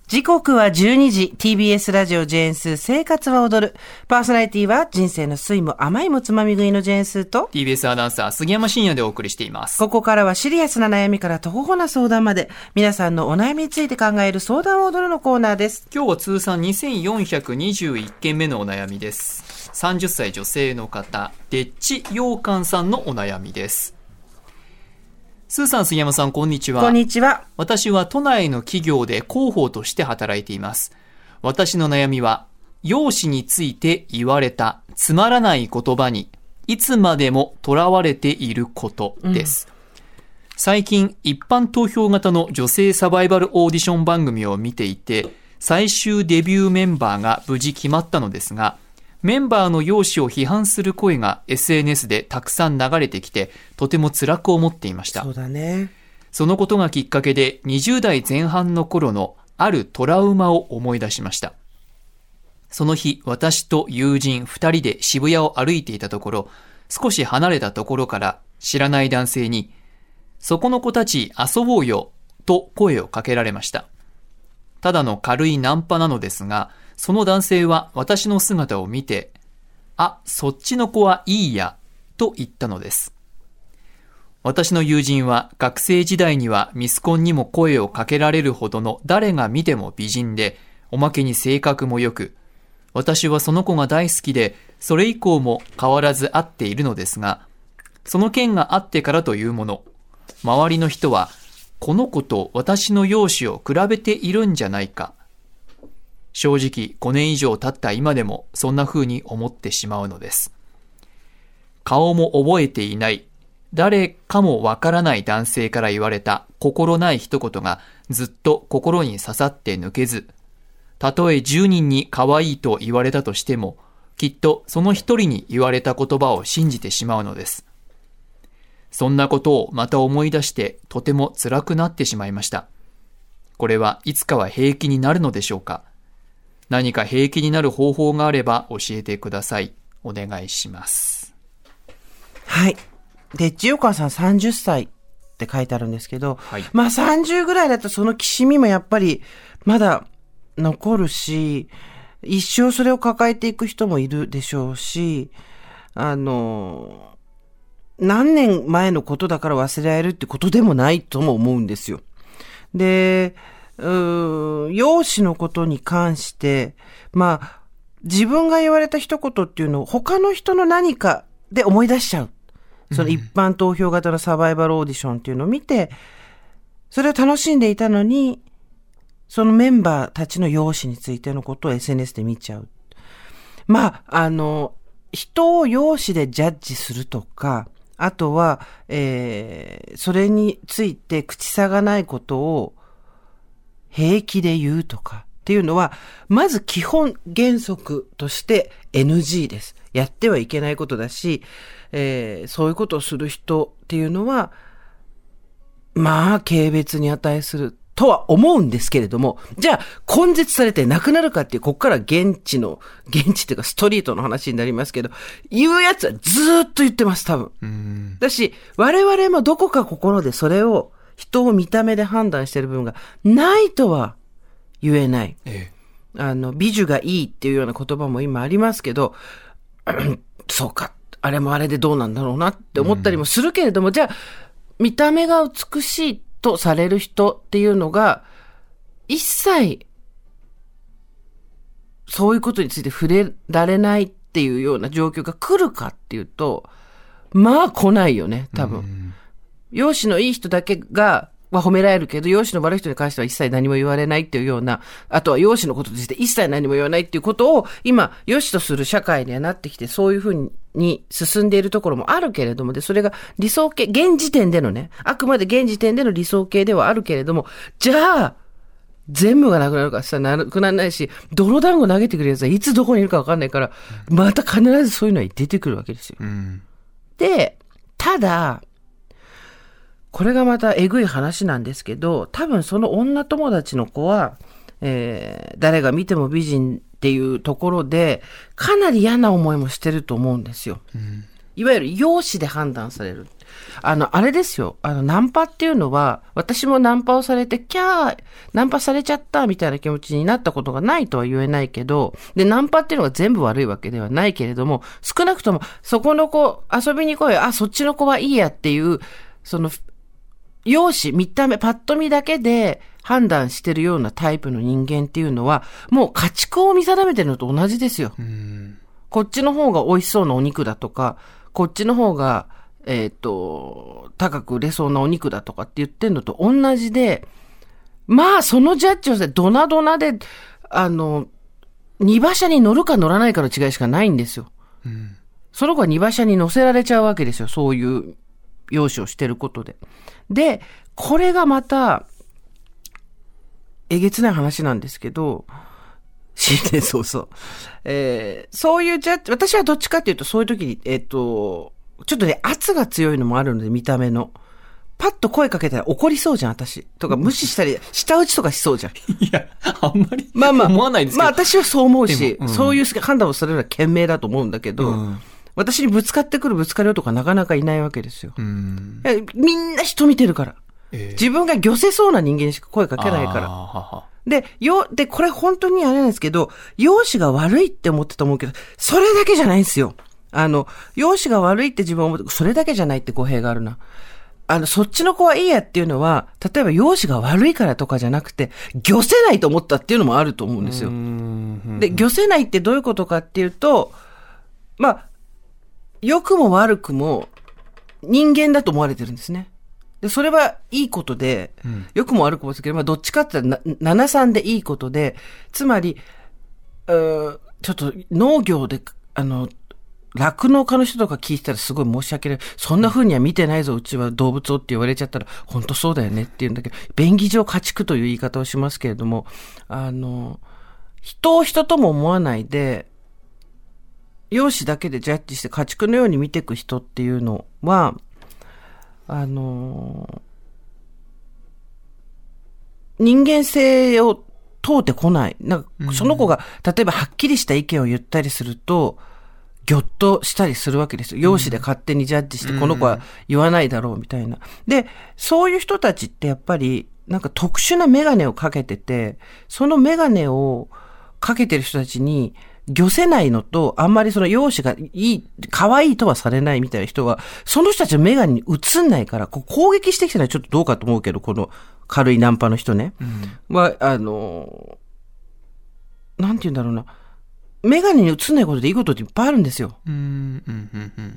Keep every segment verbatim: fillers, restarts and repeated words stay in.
時刻はじゅうにじ、ティービーエス ラジオジェーンスー生活は踊る。パーソナリティは人生の酸いも甘いもつまみ食いのジェーンスーとティービーエス アナウンサー杉山真也でお送りしています。 ここからはシリアスな悩みから徒歩な相談まで、皆さんのお悩みについて考える相談を踊るのコーナーです。 今日は通算にせんよんひゃくにじゅういっけんめのお悩みです。さんじゅっさい女性の方、でっちようかんさんのお悩みです。スーさん、杉山さん、こんにちは。 こんにちは。 私は都内の企業で広報として働いています。私の悩みは、容姿について言われたつまらない言葉にいつまでもとらわれていることです。うん、最近、一般投票型の女性サバイバルオーディション番組を見ていて、最終デビューメンバーが無事決まったのですが、メンバーの容姿を批判する声が エスエヌエス でたくさん流れてきて、とても辛く思っていました。 そうだね。 そのことがきっかけでにじゅうだいぜん半の頃のあるトラウマを思い出しました。その日、私と友人ふたりで渋谷を歩いていたところ、少し離れたところから知らない男性に、そこの子たち遊ぼうよと声をかけられました。ただの軽いナンパなのですが、その男性は私の姿を見て、あ、そっちの子はいいや、と言ったのです。私の友人は学生時代にはミスコンにも声をかけられるほどの誰が見ても美人で、おまけに性格も良く、私はその子が大好きで、それ以降も変わらず会っているのですが、その件があってからというもの、周りの人は、この子と私の容姿を比べているんじゃないか。正直ごねん以上経った今でもそんな風に思ってしまうのです。顔も覚えていない、誰かもわからない男性から言われた心ない一言がずっと心に刺さって抜けず、たとえじゅうにんに可愛いと言われたとしても、きっとその一人に言われた言葉を信じてしまうのです。そんなことをまた思い出してとても辛くなってしまいました。これはいつかは平気になるのでしょうか。何か平気になる方法があれば教えてください。お願いします。 はい。で、千代川さんさんじゅっさいって書いてあるんですけど、 はい、 まあさんじゅうぐらいだとそのきしみもやっぱりまだ残るし、一生それを抱えていく人もいるでしょうし、あの、何年前のことだから忘れられるってことでもないとも思うんですよ。で、うー容姿のことに関して、まあ、自分が言われた一言っていうのを他の人の何かで思い出しちゃう。その一般投票型のサバイバルオーディションっていうのを見て、それを楽しんでいたのに、そのメンバーたちの容姿についてのことを エスエヌエス で見ちゃう。まあ、あの、人を容姿でジャッジするとか、あとは、えー、それについて口差がないことを平気で言うとかっていうのは、まず基本原則として エヌジー です。やってはいけないことだし、えー、そういうことをする人っていうのは、まあ、軽蔑に値するとは思うんですけれども、じゃあ、根絶されてなくなるかっていう、ここから現地の、現地っていうかストリートの話になりますけど、言うやつはずーっと言ってます、多分。 うんだし、我々もどこか心でそれを、人を見た目で判断している部分がないとは言えない。 ええ、あの、美女がいいっていうような言葉も今ありますけど、そうか、あれもあれでどうなんだろうなって思ったりもするけれども、うん、じゃあ、見た目が美しいとされる人っていうのが、一切、そういうことについて触れられないっていうような状況が来るかっていうと、まあ来ないよね、多分。うん容姿のいい人だけが、は褒められるけど、容姿の悪い人に関しては一切何も言われないっていうような、あとは容姿のことについて一切何も言わないっていうことを、今、良しとする社会にはなってきて、そういうふうに進んでいるところもあるけれども、で、それが理想形、現時点でのね、あくまで現時点での理想形ではあるけれども、じゃあ、全部がなくなるかさ、なくならないし、泥団子投げてくるやつはいつどこにいるかわかんないから、また必ずそういうのは出てくるわけですよ。うん、で、ただ、これがまたえぐい話なんですけど、多分その女友達の子は、えー、誰が見ても美人っていうところで、かなり嫌な思いもしてると思うんですよ。うん、いわゆる容姿で判断される。 あの、あれですよ。あの、ナンパっていうのは、私もナンパをされて、キャー、ナンパされちゃったみたいな気持ちになったことがないとは言えないけど、で、ナンパっていうのが全部悪いわけではないけれども、少なくとも、そこの子、遊びに来いよ、あ、そっちの子はいいやっていう、その、容姿、見た目、パッと見だけで判断してるようなタイプの人間っていうのは、もう家畜を見定めてるのと同じですよ。 うんこっちの方が美味しそうなお肉だとか、こっちの方が、えっと、高く売れそうなお肉だとかって言ってんのと同じで、まあ、そのジャッジをして、ドナドナで、あの、二馬車に乗るか乗らないかの違いしかないんですよ。 うん、 その子は二馬車に乗せられちゃうわけですよ。そういう容姿をしてることで。で、これがまた、えげつない話なんですけど、新年早々。えー、そういうジャッジ、私はどっちかっていうと、そういう時に、えっと、ちょっとね、圧が強いのもあるので、見た目の。パッと声かけたら怒りそうじゃん、私。とか、無視したり、舌打ちとかしそうじゃん。 いや、あんまり、 まあまあ、 思わないですけど。 まあ私はそう思うし、 うん、 そういう判断をするのは賢明だと思うんだけど、うん、私にぶつかってくるぶつかり男がなかなかいないわけですよ。 うん、 みんな人見てるから。 えー、 自分が漁せそうな人間にしか声かけないから。で、よ、で、これ本当にあれなんですけど、容姿が悪いって思ってたと思うけど、それだけじゃないんですよ。あの、容姿が悪いって自分は思って、それだけじゃないって語弊があるな。あの、そっちの子はいいやっていうのは、例えば容姿が悪いからとかじゃなくて、漁せないと思ったっていうのもあると思うんですよ。で、漁せないってどういうことかっていうと、まあ、良くも悪くも人間だと思われてるんですね。で、それはいいことで、うん、良くも悪くもですけど、まあ、どっちかって言ったらななさんでいいことで、つまり、うーちょっと農業で、あの、酪農家の人とか聞いてたらすごい申し訳ない。そんな風には見てないぞ、うちは動物をって言われちゃったら、本当そうだよねって言うんだけど、便宜上家畜という言い方をしますけれども、あの、人を人とも思わないで、容姿だけでジャッジして家畜のように見ていく人っていうのは、あの、人間性を問うてこない。なんか、その子が、例えばはっきりした意見を言ったりすると、ぎょっとしたりするわけですよ。容姿で勝手にジャッジして、この子は言わないだろうみたいな。で、そういう人たちってやっぱり、なんか特殊なメガネをかけてて、そのメガネをかけてる人たちに、漁せないのと、あんまりその容姿がいい、可愛いとはされないみたいな人は、その人たちのメガネに映んないから、こう攻撃してきたのはちょっとどうかと思うけど、この軽いナンパの人ね。うん、は、あの、なんて言うんだろうな。メガネに映んないことでいいことっていっぱいあるんですよ。 うんうんうんうん、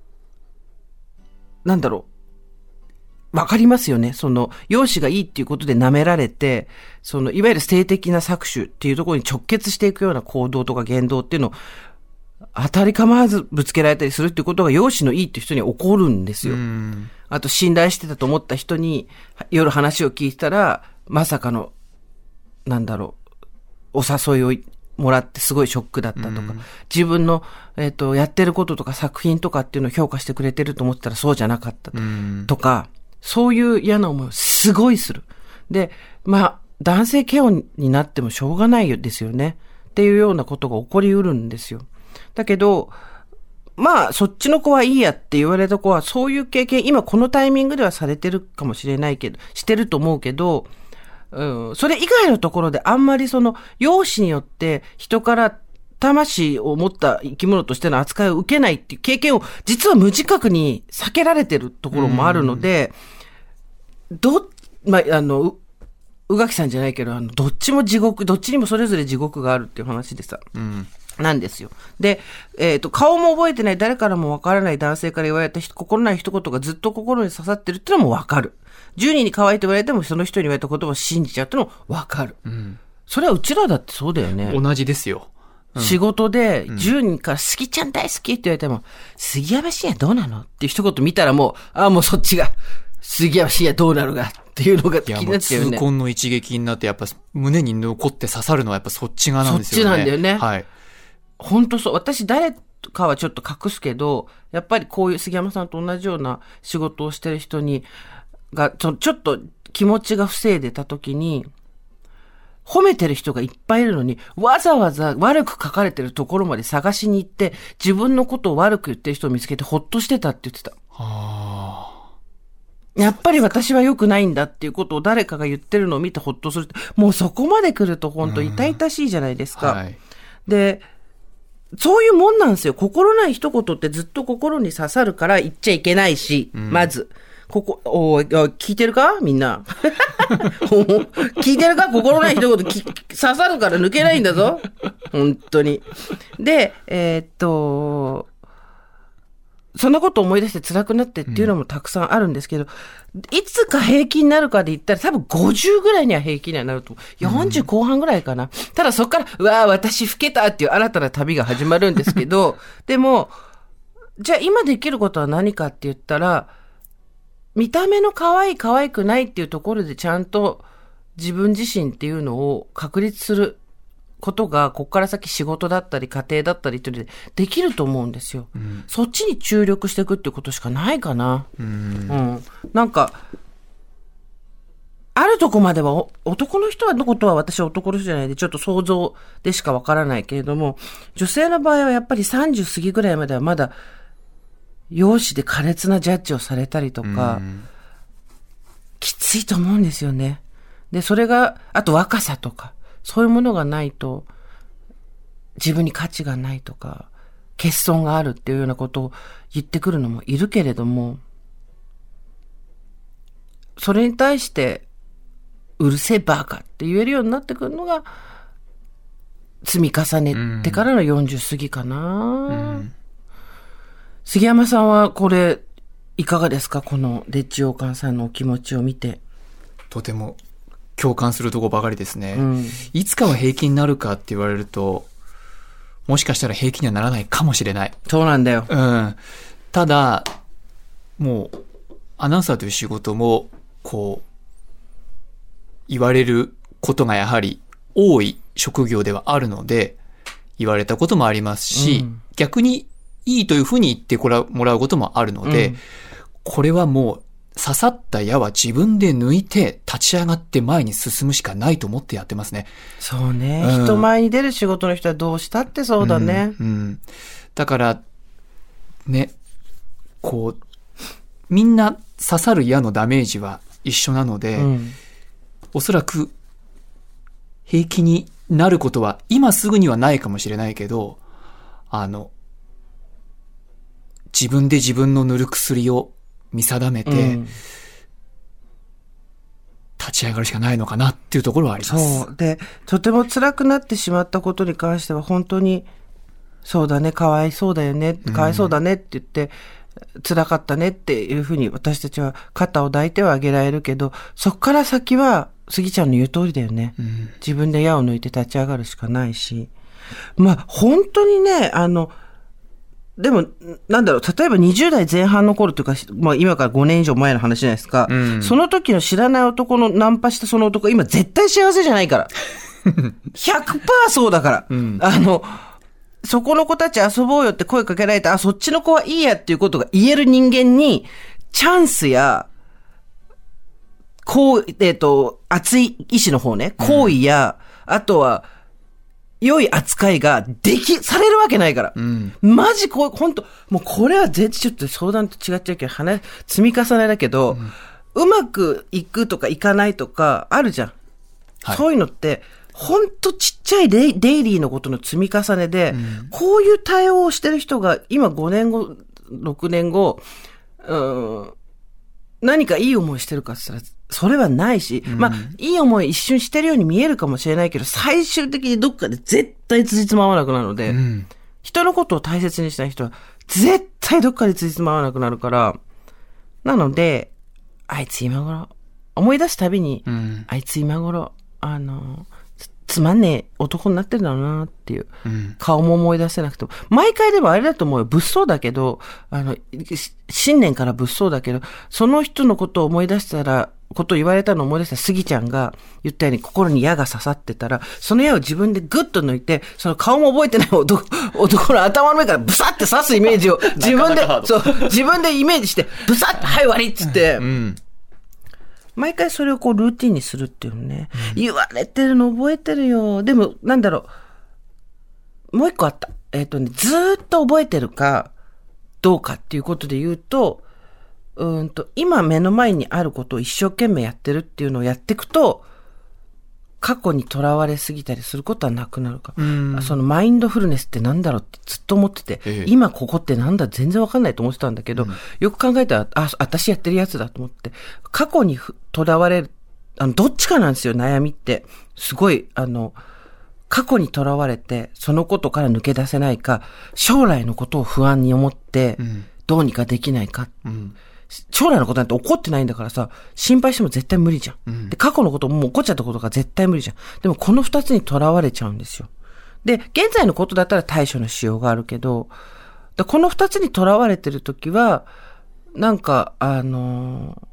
なんだろう。わかりますよね。その、容姿がいいっていうことで舐められて、その、いわゆる性的な搾取っていうところに直結していくような行動とか言動っていうのを、当たり構わずぶつけられたりするっていうことが容姿のいいっていう人に起こるんですよ。あと、信頼してたと思った人に、夜話を聞いたら、まさかの、なんだろう、お誘いをもらってすごいショックだったとか、自分の、えっと、やってることとか作品とかっていうのを評価してくれてると思ったらそうじゃなかったとか、そういう嫌な思いをすごいする。で、まあ、男性嫌悪になってもしょうがないですよね。っていうようなことが起こりうるんですよ。だけど、まあ、そっちの子はいいやって言われた子は、そういう経験、今このタイミングではされてるかもしれないけど、してると思うけど、うん、それ以外のところであんまりその、容姿によって人から魂を持った生き物としての扱いを受けないっていう経験を、実は無自覚に避けられてるところもあるので、ど、まあ、あの、う、宇垣さんじゃないけど、あの、どっちも地獄、どっちにもそれぞれ地獄があるっていう話でさ、うん、なんですよ。で、えっと、顔も覚えてない、誰からもわからない男性から言われた心ない一言がずっと心に刺さってるっていうのもわかる。じゅうにんに可愛いと言われても、その人に言われた言葉を信じちゃうっていうのもわかる。うん、それはうちらだってそうだよね。 同じですよ。 うん、仕事でじゅうにんから好きちゃん大好きって言われても、うん、杉山真也どうなのっていう一言見たらもう、ああ、もうそっちが、杉山真也どうなるがっていうのが気になっちゃうよね。 いや、もう痛恨の一撃になって、やっぱ胸に残って刺さるのはやっぱそっち側なんですよね。 そっちなんだよね。 はい。 本当そう。私誰かはちょっと隠すけど、やっぱりこういう杉山さんと同じような仕事をしてる人に、が、ちょ、ちょっと気持ちが防いでた時に、褒めてる人がいっぱいいるのに、わざわざ悪く書かれてるところまで探しに行って、自分のことを悪く言ってる人を見つけてほっとしてたって言ってた。 はやっぱり私は良くないんだっていうことを誰かが言ってるのを見てほっとする。もうそこまで来ると本当痛々しいじゃないですか。 はい、で、 そういうもんなんですよ。心ない一言ってずっと心に刺さるから言っちゃいけないし、うん、まず。ここ、おい、聞いてるかみんな。聞いてるか心ない一言き刺さるから抜けないんだぞ。本当に。で、えー、っと、そんなこと思い出して辛くなってっていうのもたくさんあるんですけど、うん、いつか平気になるかで言ったら多分ごじゅうぐらいには平気にはなると思う。よんじゅう後半ぐらいかな。うん、ただそこから、うわー私老けたっていう新たな旅が始まるんですけど、でも、じゃあ今できることは何かって言ったら、見た目の可愛い可愛くないっていうところでちゃんと自分自身っていうのを確立することが、ここから先仕事だったり家庭だったりっていうのでできると思うんですよ。うん、そっちに注力していくっていうことしかないかな。うん、うん、なんか、あるとこまでは男の人のことは私は男の人じゃないでちょっと想像でしかわからないけれども、女性の場合はやっぱりさんじゅう過ぎぐらいまではまだ容姿で苛烈なジャッジをされたりとか、きついと思うんですよね。で、それが、あと若さとか、そういうものがないと、自分に価値がないとか、欠損があるっていうようなことを言ってくるのもいるけれども、それに対して、うるせえバカって言えるようになってくるのが、積み重ねてからのよんじゅう過ぎかな。うん杉山さんはこれいかがですか？このデッチオーカンさんのお気持ちを見て。 とても共感するところばかりですね、うん、いつかは平気になるかって言われると、もしかしたら平気にはならないかもしれない。 そうなんだよ、 うん、ただもうアナウンサーという仕事もこう言われることがやはり多い職業ではあるので、言われたこともありますし、うん、逆にいいというふうに言ってもらうこともあるので、うん、これはもう刺さった矢は自分で抜いて立ち上がって前に進むしかないと思ってやってますね。 そうね、うん、人前に出る仕事の人はどうしたってそうだね、 うんうん、だからね、こうみんな刺さる矢のダメージは一緒なので、うん、おそらく平気になることは今すぐにはないかもしれないけど、あの自分で自分の塗る薬を見定めて、うん、立ち上がるしかないのかなっていうところはあります。 そうで、とても辛くなってしまったことに関しては本当にそうだね、かわいそうだよね、かわいそうだねって言って、うん、辛かったねっていうふうに私たちは肩を抱いてはあげられるけど、そこから先は杉ちゃんの言う通りだよね、うん、自分で矢を抜いて立ち上がるしかないし、まあ本当にね、あのでも、なんだろう、例えばにじゅう代前半の頃というか、まあ今からごねん以上前の話じゃないですか。うん、その時の知らない男のナンパしたその男、今絶対幸せじゃないから。ひゃくパーセント そうだから。うん、あの、そこの子たち遊ぼうよって声かけられた、あ、そっちの子はいいやっていうことが言える人間に、チャンスや、こう、えっと、熱い意志の方ね、行為や、うん、あとは、良い扱いができ、されるわけないから。うん、マジこう、本当もうこれは全然ちょっと相談と違っちゃうけど、話、積み重ねだけど、うん、うまくいくとかいかないとか、あるじゃん。はい、そういうのって、本当ちっちゃいデイ、デイリーのことの積み重ねで、うん、こういう対応をしてる人が、今ごねんご、ろくねんご、うん、何かいい思いしてるかって言ったら、それはないし、うん、まあ、いい思い一瞬してるように見えるかもしれないけど、最終的にどっかで絶対つじつま合わなくなるので、うん、人のことを大切にしたい人は、絶対どっかでつじつま合わなくなるから、なので、あいつ今頃、思い出すたびに、うん、あいつ今頃、あの、つまんねえ男になってるんだろうなっていう、うん、顔も思い出せなくても、毎回でもあれだと思うよ、物騒だけど、あの、新年から物騒だけど、その人のことを思い出したら、ことを言われたのを思い出したスギちゃんが言ったように心に矢が刺さってたら、その矢を自分でグッと抜いて、その顔も覚えてない男、男の頭の上からブサって刺すイメージを自分で、そう、自分でイメージして、ブサって、はい、終わりっつって、うん、毎回それをこうルーティンにするっていうのね、うん、言われてるの覚えてるよ。でも、なんだろう、もう一個あった。えっとね、ずーっと覚えてるか、どうかっていうことで言うと、 うーんと、今目の前にあることを一生懸命やってるっていうのをやっていくと、過去にとらわれすぎたりすることはなくなるか。そのマインドフルネスってなんだろうってずっと思ってて、ええ、今ここってなんだ全然わかんないと思ってたんだけど、うん、よく考えたら、あ、私やってるやつだと思って、過去にとらわれる、あの、どっちかなんですよ、悩みって。すごい、あの、過去にとらわれて、そのことから抜け出せないか、将来のことを不安に思って、どうにかできないか。うん、将来のことなんて起こってないんだからさ、心配しても絶対無理じゃん。うん、で、過去のことももう起こっちゃったことが絶対無理じゃん。でもこの二つにとらわれちゃうんですよ。で、現在のことだったら対処のしようがあるけど、でこの二つにとらわれてるときは、なんか、あのー、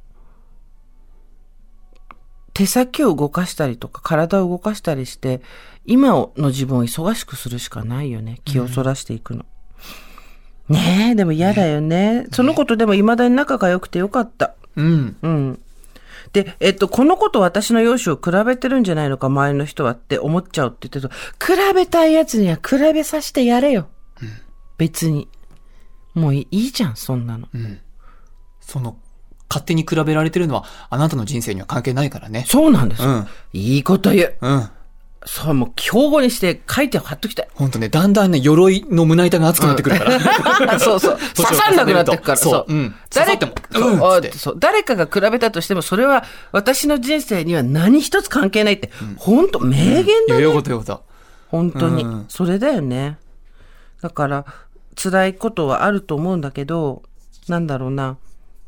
手先を動かしたりとか体を動かしたりして、今の自分を忙しくするしかないよね。気をそらしていくの。うん、ねえ、でも嫌だよね。ね、そのことでも未だに仲が良くてよかった。うん。うん。で、えっと、この子と私の容姿を比べてるんじゃないのか、周りの人はって思っちゃうって言ってると、比べたいやつには比べさせてやれよ。うん、別に。もういいじゃん、そんなの。うん。 その、勝手に比べられてるのは、あなたの人生には関係ないからね。 そうなんですよ。うん、いいこと言う。うん。そう、もう、標語にして書いて貼っときたい。 ほんとね、だんだんね、鎧の胸板が熱くなってくるから。 うん、そうそう。刺さんなくなってくから。 そう。うん。 誰か、うん、そう。誰かが比べたとしても、それは私の人生には何一つ関係ないって、うん、ほんと、名言だね。 よかったよかった。 本当に、うん。それだよね。だから、辛いことはあると思うんだけど、なんだろうな。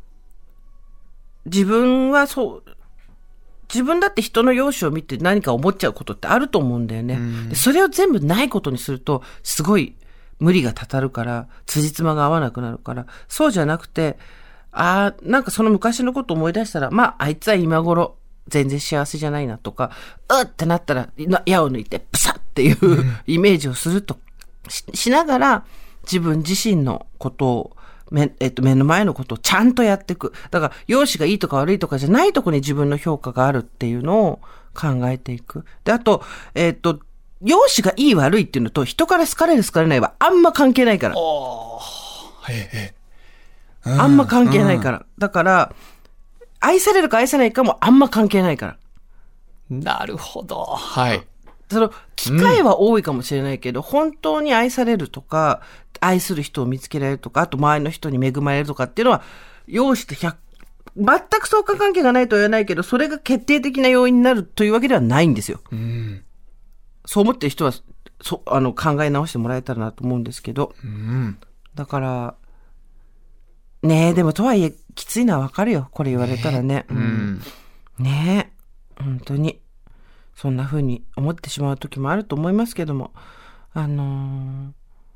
自分はそう、自分だって人の容姿を見て何か思っちゃうことってあると思うんだよね。でそれを全部ないことにすると、すごい無理がたたるから、辻褄が合わなくなるから、そうじゃなくて、ああ、なんかその昔のことを思い出したら、まあ、あいつは今頃全然幸せじゃないなとか、うってなったら、矢を抜いて、プサッっていう、うん、イメージをするとし、しながら、自分自身のことを、目, えっと、目の前のことをちゃんとやっていく。だから、容姿がいいとか悪いとかじゃないところに自分の評価があるっていうのを考えていく。で、あと、えっと、容姿がいい悪いっていうのと、人から好かれる好かれないはあんま関係ないから。 おー、へえ、 うん、あんま関係ないから。うん、だから、愛されるか愛されないかもあんま関係ないから。 なるほど。はい。 その、機会は多いかもしれないけど、うん、本当に愛されるとか、愛する人を見つけられるとか、あと周りの人に恵まれるとかっていうのは、容姿ってひゃく、全く相関関係がないとは言わないけど、それが決定的な要因になるというわけではないんですよ。うん、そう思ってる人は、そ、あの、考え直してもらえたらなと思うんですけど。うん、だから、ねえ、でもとはいえ、きついのはわかるよ。これ言われたらね。ねえ、うん、ねえ、本当に。そんな風に思ってしまう時もあると思いますけども、あのー、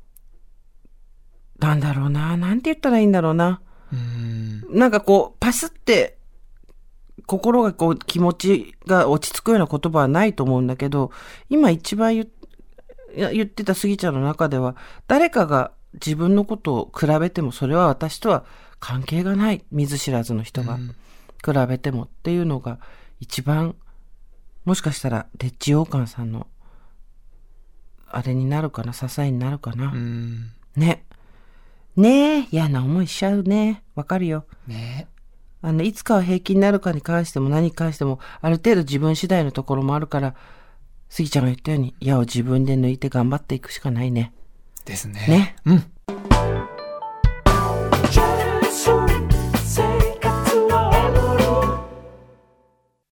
なんだろうな、なんて言ったらいいんだろうな。うーん、なんかこう、パスって、心がこう、気持ちが落ち着くような言葉はないと思うんだけど、今一番言、言ってたスギちゃんの中では、誰かが自分のことを比べても、それは私とは関係がない。見ず知らずの人が比べてもっていうのが一番、もしかしたら、レッジオーカンさんの、あれになるかな、支えになるかな。うん、ね。ねえ、嫌な思いしちゃうね。わかるよ。ね。あの、いつかは平気になるかに関しても何に関しても、ある程度自分次第のところもあるから、スギちゃんが言ったように、矢を自分で抜いて頑張っていくしかないね。 ですね。 ね。うん。